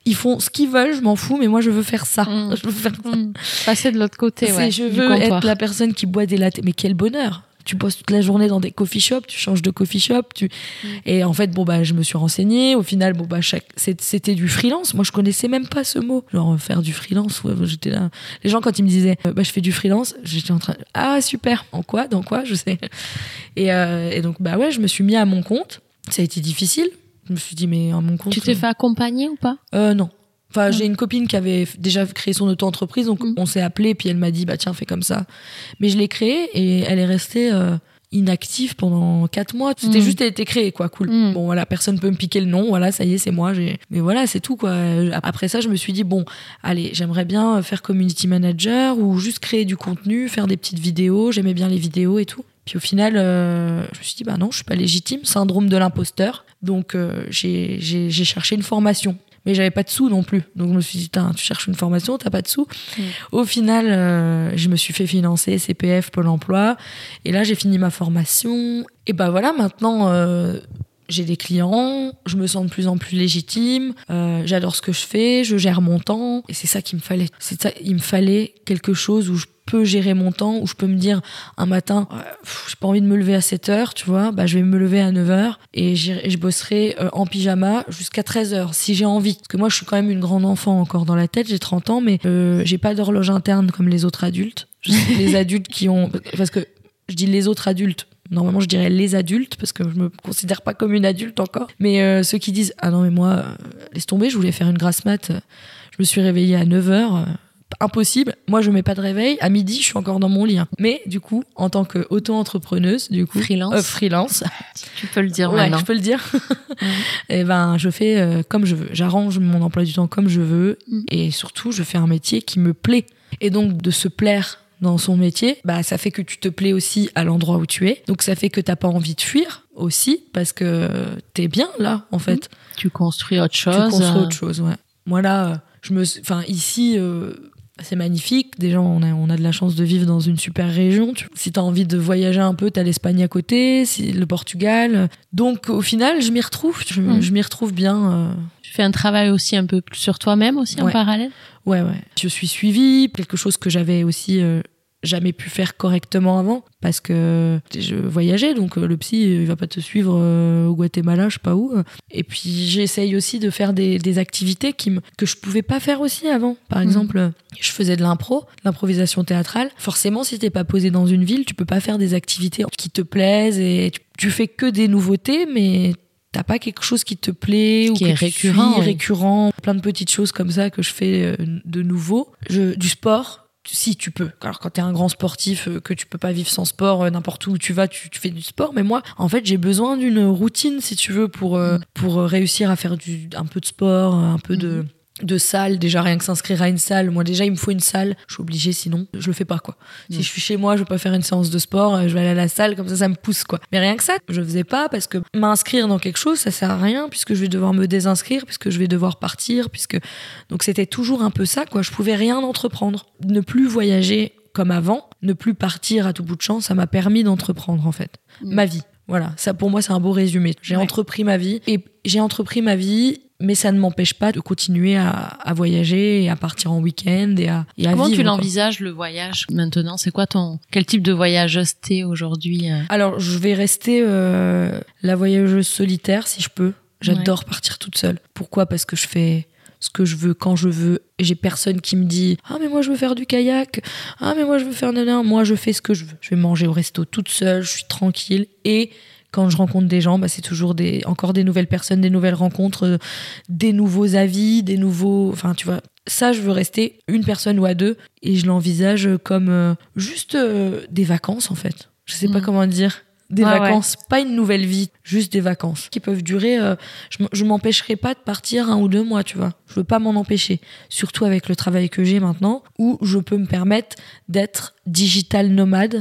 ils font ce qu'ils veulent, je m'en fous, mais moi je veux faire ça. Mmh. Je veux faire ça. Mmh. Passer de l'autre côté, c'est, ouais. Je veux être la personne qui boit des lattes. Mais quel bonheur! Tu bosses toute la journée dans des coffee shops, tu changes de coffee shop, tu mmh. et en fait bon bah je me suis renseignée. Au final bon bah chaque c'était du freelance. Moi je connaissais même pas ce mot. Genre faire du freelance. Ouais, j'étais là. Les gens quand ils me disaient bah je fais du freelance, j'étais en train ah super. En quoi? Dans quoi? Je sais. Et, euh, et donc bah ouais je me suis mis à mon compte. Ça a été difficile. Je me suis dit mais à mon compte. Tu t'es fait accompagner ou pas? Euh non. Enfin, mmh. j'ai une copine qui avait déjà créé son auto-entreprise, donc mmh. on s'est appelé, puis elle m'a dit, bah tiens, fais comme ça. Mais je l'ai créée et elle est restée euh, inactive pendant quatre mois. C'était mmh. juste, elle était créée, quoi, cool. Mmh. Bon, voilà, personne peut me piquer le nom, voilà, ça y est, c'est moi. J'ai... Mais voilà, c'est tout, quoi. Après ça, je me suis dit, bon, allez, j'aimerais bien faire community manager ou juste créer du contenu, faire des petites vidéos. J'aimais bien les vidéos et tout. Puis au final, euh, je me suis dit, bah non, je suis pas légitime, syndrome de l'imposteur. Donc, euh, j'ai, j'ai, j'ai cherché une formation. Mais j'avais pas de sous non plus. Donc je me suis dit, tu cherches une formation, t'as pas de sous. Mmh. Au final, euh, je me suis fait financer C P F, Pôle emploi. Et là, j'ai fini ma formation. Et ben voilà, maintenant, euh, j'ai des clients, je me sens de plus en plus légitime, euh, j'adore ce que je fais, je gère mon temps. Et c'est ça qu'il me fallait. C'est ça, il me fallait quelque chose où je peux gérer mon temps, où je peux me dire un matin, euh, pff, j'ai pas envie de me lever à sept heures, tu vois, bah je vais me lever à neuf heures et, et je bosserai euh, en pyjama jusqu'à treize heures si j'ai envie. Parce que moi je suis quand même une grande enfant encore dans la tête, j'ai trente ans, mais euh, j'ai pas d'horloge interne comme les autres adultes. Je sais les adultes qui ont... Parce que je dis les autres adultes, normalement je dirais les adultes parce que je me considère pas comme une adulte encore, mais euh, ceux qui disent ah non mais moi euh, laisse tomber, je voulais faire une grasse mat, je me suis réveillée à neuf heures, euh, impossible, moi je mets pas de réveil, à midi je suis encore dans mon lit, hein. Mais du coup en tant que auto-entrepreneuse, du coup freelance, euh, freelance tu peux le dire ouais, maintenant, je peux le dire. Mmh. Et ben je fais euh, comme je veux, j'arrange mon emploi du temps comme je veux, mmh. et surtout je fais un métier qui me plaît, et donc de se plaire dans son métier, bah ça fait que tu te plais aussi à l'endroit où tu es. Donc ça fait que t'as pas envie de fuir aussi parce que t'es bien là en fait. Mmh. Tu construis autre chose. Tu construis autre chose, ouais. Moi là, je me, enfin ici, euh, c'est magnifique. Déjà on a on a de la chance de vivre dans une super région. Tu, si t'as envie de voyager un peu, t'as l'Espagne à côté, si, le Portugal. Donc au final, je m'y retrouve. Je, mmh. je m'y retrouve bien. Euh... Tu fais un travail aussi un peu plus sur toi-même aussi, ouais. En parallèle. Ouais, ouais. Je suis suivie, quelque chose que j'avais aussi euh, jamais pu faire correctement avant, parce que je voyageais, donc euh, le psy, il va pas te suivre euh, au Guatemala, je sais pas où. Et puis j'essaye aussi de faire des, des activités qui me, que je pouvais pas faire aussi avant. Par mmh. exemple, je faisais de l'impro, de l'improvisation théâtrale. Forcément, si t'es pas posé dans une ville, tu peux pas faire des activités qui te plaisent, et tu, tu fais que des nouveautés, mais t'as pas quelque chose qui te plaît, qui ou qui est récurrent, suis, oui. récurrent, plein de petites choses comme ça que je fais de nouveau. Je, du sport, si tu peux. Alors quand t'es un grand sportif, que tu peux pas vivre sans sport, n'importe où tu vas, tu, tu fais du sport. Mais moi, en fait, j'ai besoin d'une routine, si tu veux, pour mmh. pour réussir à faire du un peu de sport, un peu mmh. de de salle, déjà rien que s'inscrire à une salle, moi déjà il me faut une salle, je suis obligée sinon je le fais pas quoi. Mmh. Si je suis chez moi, je veux pas faire une séance de sport, je vais aller à la salle, comme ça ça me pousse quoi. Mais rien que ça, je faisais pas parce que m'inscrire dans quelque chose ça sert à rien puisque je vais devoir me désinscrire, puisque je vais devoir partir, puisque donc c'était toujours un peu ça quoi, je pouvais rien entreprendre. Ne plus voyager comme avant, ne plus partir à tout bout de champ, ça m'a permis d'entreprendre en fait, mmh. ma vie. Voilà, ça pour moi c'est un beau résumé. J'ai ouais. entrepris ma vie et j'ai entrepris ma vie, mais ça ne m'empêche pas de continuer à, à voyager et à partir en week-end et à, et à Comment vivre. Comment tu l'envisages le voyage maintenant? C'est quoi ton quel type de voyageuse t'es aujourd'hui? Alors je vais rester euh, la voyageuse solitaire si je peux. J'adore ouais. partir toute seule. Pourquoi? Parce que je fais ce que je veux quand je veux. Et j'ai personne qui me dit ah mais moi je veux faire du kayak, ah mais moi je veux faire nanan. Moi je fais ce que je veux. Je vais manger au resto toute seule, je suis tranquille. Et quand je rencontre des gens, bah c'est toujours des encore des nouvelles personnes, des nouvelles rencontres, euh, des nouveaux avis, des nouveaux. Enfin tu vois. Ça je veux rester une personne ou à deux et je l'envisage comme euh, juste euh, des vacances en fait. Je sais mmh. pas comment dire. Des ouais, vacances, ouais. pas une nouvelle vie, juste des vacances qui peuvent durer. Euh, je, je m'empêcherai pas de partir un ou deux mois, tu vois. Je veux pas m'en empêcher, surtout avec le travail que j'ai maintenant, où je peux me permettre d'être digital nomade.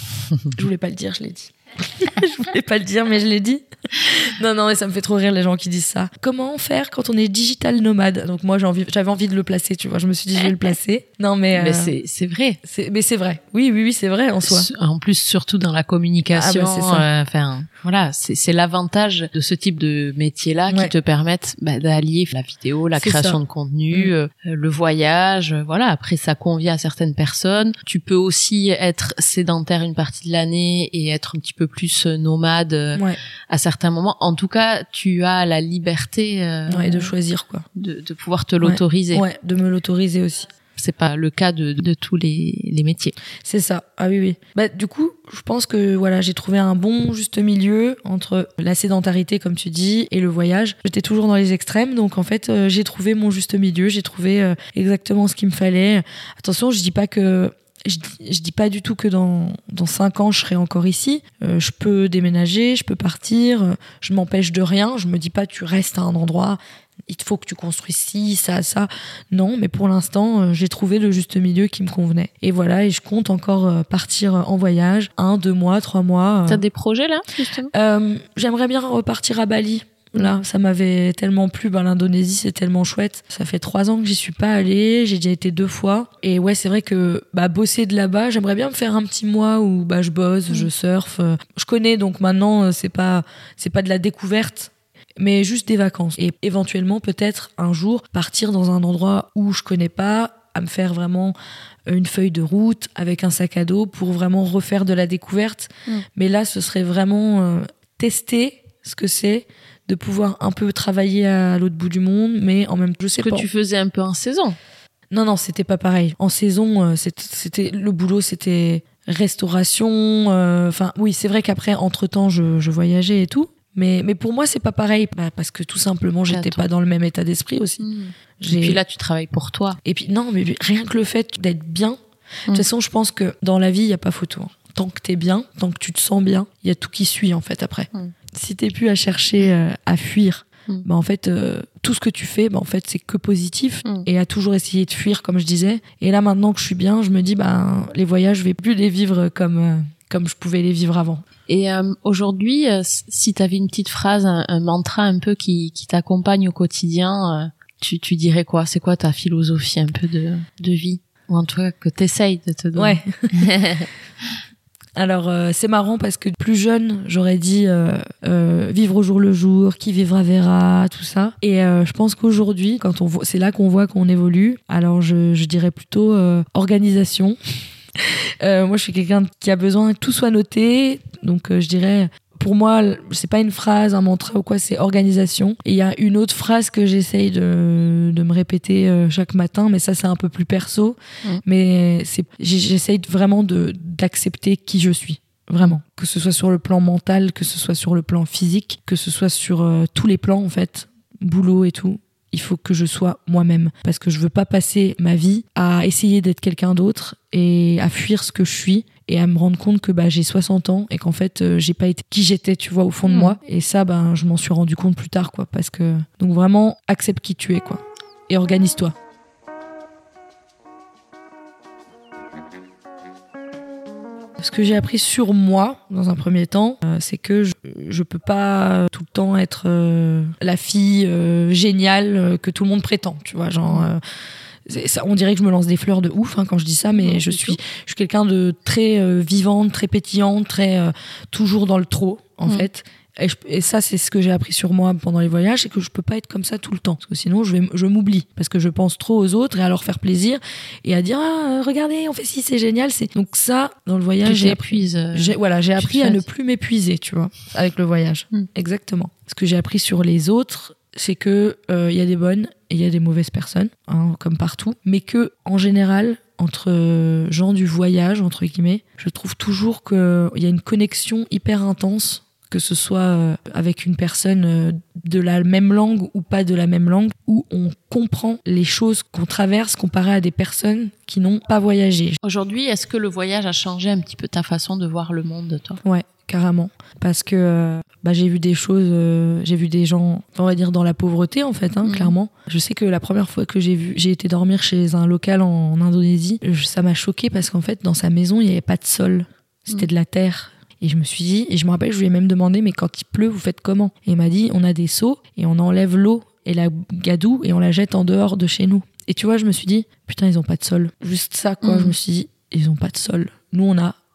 Je voulais pas le dire, je l'ai dit. Je voulais pas le dire, mais je l'ai dit. Non, non, mais ça me fait trop rire les gens qui disent ça. Comment faire quand on est digital nomade? Donc moi, j'ai envie, j'avais envie de le placer, tu vois. Je me suis dit, je vais le placer. Non, mais. Mais euh, c'est, c'est vrai. C'est, mais c'est vrai. Oui, oui, oui, c'est vrai en soi. En plus, surtout dans la communication. Ah, bah, c'est ça. Enfin. voilà, c'est, c'est l'avantage de ce type de métier-là ouais. qui te permettent bah, d'allier la vidéo, la c'est création ça. de contenu, mmh. euh, le voyage. Euh, voilà, après ça convient à certaines personnes. Tu peux aussi être sédentaire une partie de l'année et être un petit peu plus nomade euh, ouais. à certains moments. En tout cas, tu as la liberté euh, ouais, de choisir quoi, de, de pouvoir te l'autoriser. Ouais, ouais, de me l'autoriser aussi. C'est pas le cas de, de tous les, les métiers. C'est ça. Ah oui, oui. Bah, du coup, je pense que voilà, j'ai trouvé un bon juste milieu entre la sédentarité, comme tu dis, et le voyage. J'étais toujours dans les extrêmes, donc en fait, euh, j'ai trouvé mon juste milieu. J'ai trouvé euh, exactement ce qu'il me fallait. Attention, je dis pas que Je dis, je dis pas du tout que dans dans cinq ans je serai encore ici. Euh, je peux déménager, je peux partir. Je m'empêche de rien. Je me dis pas tu restes à un endroit. Il faut que tu construises ci, ça, ça. Non, mais pour l'instant, euh, j'ai trouvé le juste milieu qui me convenait. Et voilà, et je compte encore euh, partir en voyage, un, deux mois, trois mois. Euh. T'as des projets là, justement ? euh, J'aimerais bien repartir à Bali. Là, ça m'avait tellement plu. Ben, l'Indonésie, c'est tellement chouette. Ça fait trois ans que j'y suis pas allée. J'ai déjà été deux fois. Et ouais, c'est vrai que bah, bosser de là-bas, j'aimerais bien me faire un petit mois où bah, je bosse, mmh. je surfe. Je connais, donc maintenant, c'est pas, c'est pas de la découverte, mais juste des vacances. Et éventuellement, peut-être un jour, partir dans un endroit où je connais pas, à me faire vraiment une feuille de route avec un sac à dos pour vraiment refaire de la découverte. Mmh. Mais là, ce serait vraiment euh, tester ce que c'est de pouvoir un peu travailler à l'autre bout du monde, mais en même temps, je sais que pas. Que tu faisais un peu en saison. Non, non, c'était pas pareil. En saison, c'était, c'était le boulot, c'était restauration. Enfin, euh, oui, c'est vrai qu'après, entre-temps, je, je voyageais et tout. Mais, mais pour moi, c'est pas pareil. Bah, parce que tout simplement, j'étais pas dans le même état d'esprit aussi. Mmh. Et puis là, tu travailles pour toi. Et puis, non, mais rien que le fait d'être bien. Mmh. De toute façon, je pense que dans la vie, il n'y a pas photo. Tant que t'es bien, tant que tu te sens bien, il y a tout qui suit, en fait, après. Mmh. Si t'es plus à chercher euh, à fuir, mm. bah en fait euh, tout ce que tu fais, bah en fait c'est que positif mm. et à toujours essayer de fuir comme je disais. Et là maintenant que je suis bien, je me dis bah les voyages je vais plus les vivre comme euh, comme je pouvais les vivre avant. Et euh, aujourd'hui, euh, si t'avais une petite phrase, un, un mantra un peu qui qui t'accompagne au quotidien, euh, tu tu dirais quoi ? C'est quoi ta philosophie un peu de de vie, ou en tout cas que t'essayes de te donner ? Ouais. Alors euh, c'est marrant parce que plus jeune j'aurais dit euh, euh, vivre au jour le jour, qui vivra verra, tout ça. Et euh, je pense qu'aujourd'hui, quand on voit, c'est là qu'on voit qu'on évolue. Alors je, je dirais plutôt euh, organisation. euh, moi je suis quelqu'un qui a besoin que tout soit noté, donc euh, je dirais. Pour moi, c'est pas une phrase, un mantra ou quoi, c'est organisation. Et il y a une autre phrase que j'essaye de, de me répéter euh, chaque matin, mais ça, c'est un peu plus perso. Mmh. Mais c'est, j'essaye vraiment de, d'accepter qui je suis. Vraiment. Que ce soit sur le plan mental, que ce soit sur le plan physique, que ce soit sur euh, tous les plans, en fait. Boulot et tout. Il faut que je sois moi-même. Parce que je veux pas passer ma vie à essayer d'être quelqu'un d'autre et à fuir ce que je suis. Et à me rendre compte que bah, j'ai soixante ans et qu'en fait, euh, j'ai pas été qui j'étais, tu vois, au fond de mmh. moi. Et ça, ben, je m'en suis rendu compte plus tard, quoi. Parce que... Donc vraiment, accepte qui tu es, quoi. Et organise-toi. Ce que j'ai appris sur moi, dans un premier temps, euh, c'est que je, je peux pas tout le temps être euh, la fille euh, géniale euh, que tout le monde prétend, tu vois, genre... Euh, C'est ça, on dirait que je me lance des fleurs de ouf hein, quand je dis ça, mais non, je suis, je suis quelqu'un de très euh, vivante, très pétillante, très euh, toujours dans le trop en mmh. fait. Et, je, et ça, c'est ce que j'ai appris sur moi pendant les voyages, c'est que je peux pas être comme ça tout le temps, parce que sinon je vais, je m'oublie, parce que je pense trop aux autres et à leur faire plaisir et à dire ah regardez on fait ci c'est génial, c'est donc ça dans le voyage j'ai appris, j'ai, voilà j'ai appris à ne plus m'épuiser, tu vois, avec le voyage, mmh. exactement. Ce que j'ai appris sur les autres, c'est que il euh, y a des bonnes et il y a des mauvaises personnes, hein, comme partout, mais que en général, entre euh, gens du voyage entre guillemets, je trouve toujours que il y a une connexion hyper intense, que ce soit euh, avec une personne euh, de la même langue ou pas de la même langue, où on comprend les choses qu'on traverse comparé à des personnes qui n'ont pas voyagé. Aujourd'hui, est-ce que le voyage a changé un petit peu ta façon de voir le monde, toi ? Ouais. Carrément, parce que euh, bah, j'ai vu des choses, euh, j'ai vu des gens, on va dire dans la pauvreté en fait, hein, mmh. clairement. Je sais que la première fois que j'ai vu, j'ai été dormir chez un local en, en Indonésie, je, ça m'a choquée parce qu'en fait dans sa maison il n'y avait pas de sol, c'était mmh. de la terre. Et je me suis dit, et je me rappelle, je lui ai même demandé, mais quand il pleut, vous faites comment ? Et il m'a dit, on a des seaux et on enlève l'eau et la gadoue et on la jette en dehors de chez nous. Et tu vois, je me suis dit, putain, ils ont pas de sol. Juste ça, quoi. Mmh. Je me suis dit, ils ont pas de sol. Nous, on a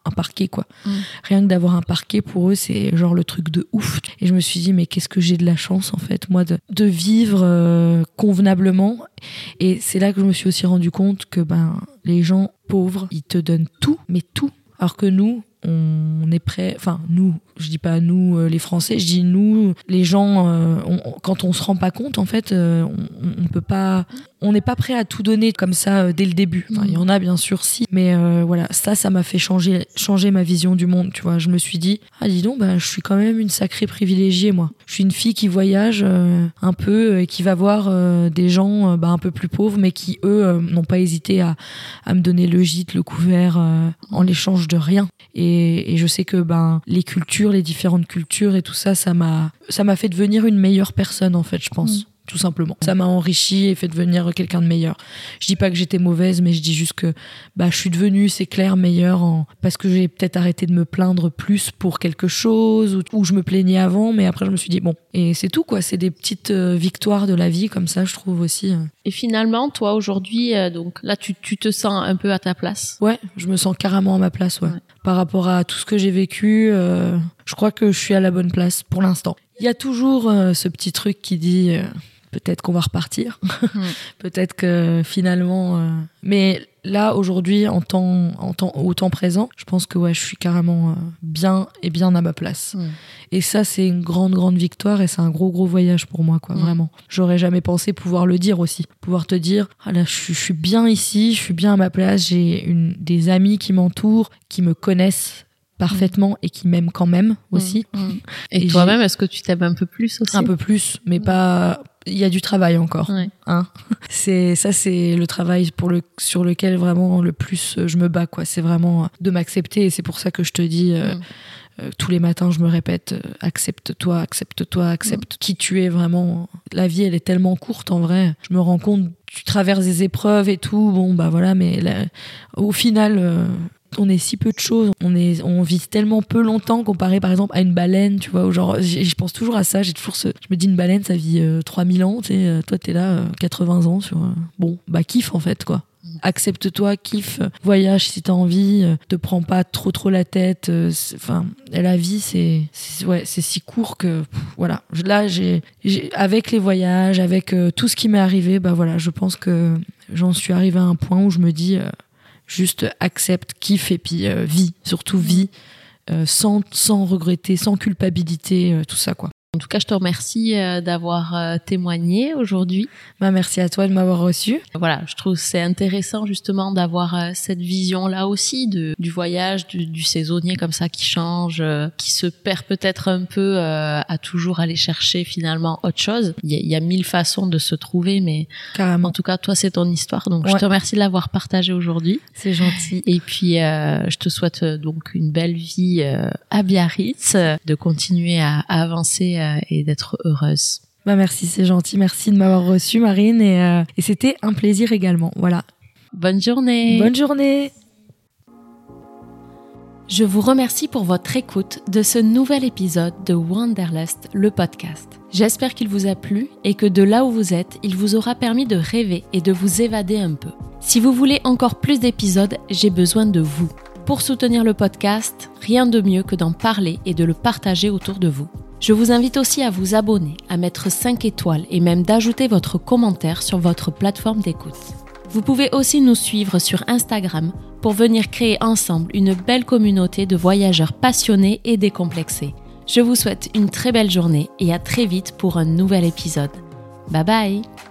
un parquet, quoi. Mmh. Rien que d'avoir un parquet, pour eux, c'est genre le truc de ouf. Et je me suis dit, mais qu'est-ce que j'ai de la chance, en fait, moi, de, de vivre euh, convenablement. Et c'est là que je me suis aussi rendu compte que ben, les gens pauvres, ils te donnent tout, mais tout. Alors que nous, on est prêt, enfin nous, je dis pas nous euh, les Français, je dis nous les gens, euh, on, quand on se rend pas compte en fait, euh, on, on peut pas, on n'est pas prêt à tout donner comme ça euh, dès le début. Enfin, il y en a bien sûr si, mais euh, voilà, ça, ça m'a fait changer, changer ma vision du monde. Tu vois, je me suis dit, ah dis donc, bah je suis quand même une sacrée privilégiée moi. Je suis une fille qui voyage euh, un peu et qui va voir euh, des gens euh, bah, un peu plus pauvres, mais qui eux euh, n'ont pas hésité à, à me donner le gîte, le couvert euh, en l'échange de rien. Et, et je sais que ben les cultures, les différentes cultures et tout ça, ça m'a, ça m'a fait devenir une meilleure personne en fait, je pense. Mmh. Tout simplement. Ça m'a enrichi et fait devenir quelqu'un de meilleur. Je dis pas que j'étais mauvaise, mais je dis juste que bah, je suis devenue, c'est clair, meilleure en... parce que j'ai peut-être arrêté de me plaindre plus pour quelque chose, ou, ou je me plaignais avant, mais après je me suis dit bon. Et c'est tout, quoi. C'est des petites euh, victoires de la vie comme ça, je trouve aussi. Euh. Et finalement, toi, aujourd'hui, euh, donc là, tu, tu te sens un peu à ta place? Ouais, je me sens carrément à ma place, ouais. ouais. Par rapport à tout ce que j'ai vécu, euh, je crois que je suis à la bonne place pour l'instant. Il y a toujours euh, ce petit truc qui dit... Euh, peut-être qu'on va repartir, mmh. peut-être que finalement... Euh... Mais là, aujourd'hui, en temps, en temps, au temps présent, je pense que ouais, je suis carrément euh, bien et bien à ma place. Mmh. Et ça, c'est une grande, grande victoire et c'est un gros, gros voyage pour moi, quoi, mmh. vraiment. J'aurais jamais pensé pouvoir le dire aussi. Pouvoir te dire, ah là, je suis, je suis bien ici, je suis bien à ma place, j'ai une, des amis qui m'entourent, qui me connaissent parfaitement et qui m'aiment quand même aussi. Mmh. Et, et toi-même, est-ce que tu t'aimes un peu plus aussi? Un peu plus, mais mmh. pas... Il y a du travail encore, ouais. hein. C'est ça, c'est le travail pour le sur lequel vraiment le plus je me bats, quoi. C'est vraiment de m'accepter et c'est pour ça que je te dis euh, mm. euh, tous les matins, je me répète, euh, accepte-toi, accepte-toi, accepte mm. qui tu es vraiment. La vie, elle est tellement courte en vrai. Je me rends compte, tu traverses des épreuves et tout, bon bah voilà, mais là, au final. Euh, on est si peu de choses, on est, on vit tellement peu longtemps comparé par exemple à une baleine, tu vois, genre, je pense toujours à ça, j'ai toujours ce, je me dis une baleine ça vit euh, trois mille ans, tu sais, euh, toi t'es là euh, quatre-vingts ans sur, euh, bon, bah kiffe en fait quoi. Accepte-toi, kiffe, voyage si t'as envie, euh, te prends pas trop trop la tête, enfin, euh, la vie c'est, c'est, ouais, c'est si court que, pff, voilà, là j'ai, j'ai, avec les voyages, avec euh, tout ce qui m'est arrivé, bah voilà, je pense que j'en suis arrivée à un point où je me dis, euh, juste accepte, kiffe et puis euh, vis, surtout vis, euh, sans, sans regretter, sans culpabilité, euh, tout ça quoi. En tout cas, je te remercie euh, d'avoir euh, témoigné aujourd'hui. Bah, merci à toi de m'avoir reçu. Voilà, je trouve que c'est intéressant justement d'avoir euh, cette vision-là aussi de, du voyage, du, du saisonnier comme ça qui change, euh, qui se perd peut-être un peu euh, à toujours aller chercher finalement autre chose. Il y a, il y a mille façons de se trouver, mais carrément. En tout cas, toi, c'est ton histoire. Donc, ouais. Je te remercie de l'avoir partagé aujourd'hui. C'est gentil. Et puis, euh, je te souhaite euh, donc une belle vie euh, à Biarritz, euh, de continuer à, à avancer et d'être heureuse. Bah merci, c'est gentil. Merci de m'avoir reçue, Marine. Et, euh, et c'était un plaisir également. Voilà. Bonne journée. Bonne journée. Je vous remercie pour votre écoute de ce nouvel épisode de Wanderlust, le podcast. J'espère qu'il vous a plu et que de là où vous êtes, il vous aura permis de rêver et de vous évader un peu. Si vous voulez encore plus d'épisodes, j'ai besoin de vous. Pour soutenir le podcast, rien de mieux que d'en parler et de le partager autour de vous. Je vous invite aussi à vous abonner, à mettre cinq étoiles et même d'ajouter votre commentaire sur votre plateforme d'écoute. Vous pouvez aussi nous suivre sur Instagram pour venir créer ensemble une belle communauté de voyageurs passionnés et décomplexés. Je vous souhaite une très belle journée et à très vite pour un nouvel épisode. Bye bye!